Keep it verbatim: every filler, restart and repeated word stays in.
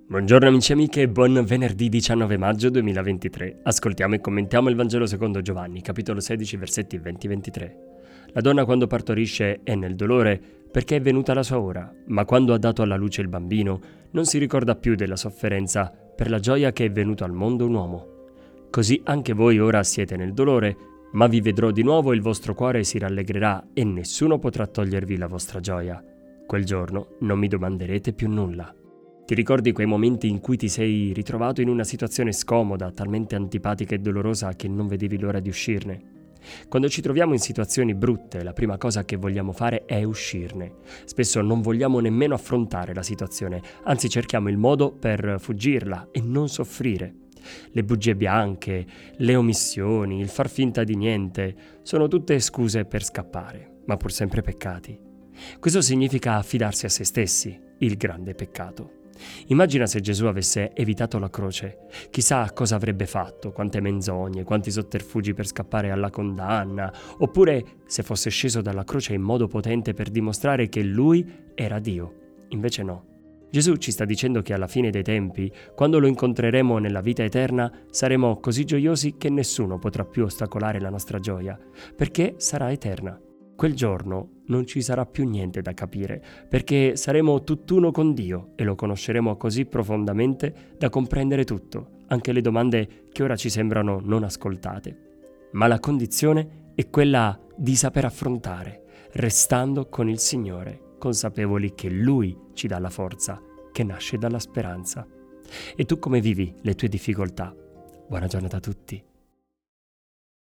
Buongiorno amici e amiche e buon venerdì diciannove maggio duemilaventitré. Ascoltiamo e commentiamo il Vangelo secondo Giovanni, capitolo sedici, versetti venti ventitré. La donna quando partorisce è nel dolore perché è venuta la sua ora, ma quando ha dato alla luce il bambino non si ricorda più della sofferenza per la gioia che è venuto al mondo un uomo. Così anche voi ora siete nel dolore, ma vi vedrò di nuovo e il vostro cuore si rallegrerà e nessuno potrà togliervi la vostra gioia. Quel giorno non mi domanderete più nulla. Ti ricordi quei momenti in cui ti sei ritrovato in una situazione scomoda, talmente antipatica e dolorosa che non vedevi l'ora di uscirne? Quando ci troviamo in situazioni brutte, la prima cosa che vogliamo fare è uscirne. Spesso non vogliamo nemmeno affrontare la situazione, anzi cerchiamo il modo per fuggirla e non soffrire. Le bugie bianche, le omissioni, il far finta di niente, sono tutte scuse per scappare, ma pur sempre peccati. Questo significa affidarsi a se stessi, il grande peccato. Immagina se Gesù avesse evitato la croce. Chissà cosa avrebbe fatto, quante menzogne, quanti sotterfugi per scappare alla condanna, oppure se fosse sceso dalla croce in modo potente per dimostrare che lui era Dio. Invece no. Gesù ci sta dicendo che alla fine dei tempi, quando lo incontreremo nella vita eterna, saremo così gioiosi che nessuno potrà più ostacolare la nostra gioia, perché sarà eterna. Quel giorno non ci sarà più niente da capire, perché saremo tutt'uno con Dio e lo conosceremo così profondamente da comprendere tutto, anche le domande che ora ci sembrano non ascoltate. Ma la condizione è quella di saper affrontare, restando con il Signore, consapevoli che Lui ci dà la forza che nasce dalla speranza. E tu come vivi le tue difficoltà? Buona giornata a tutti.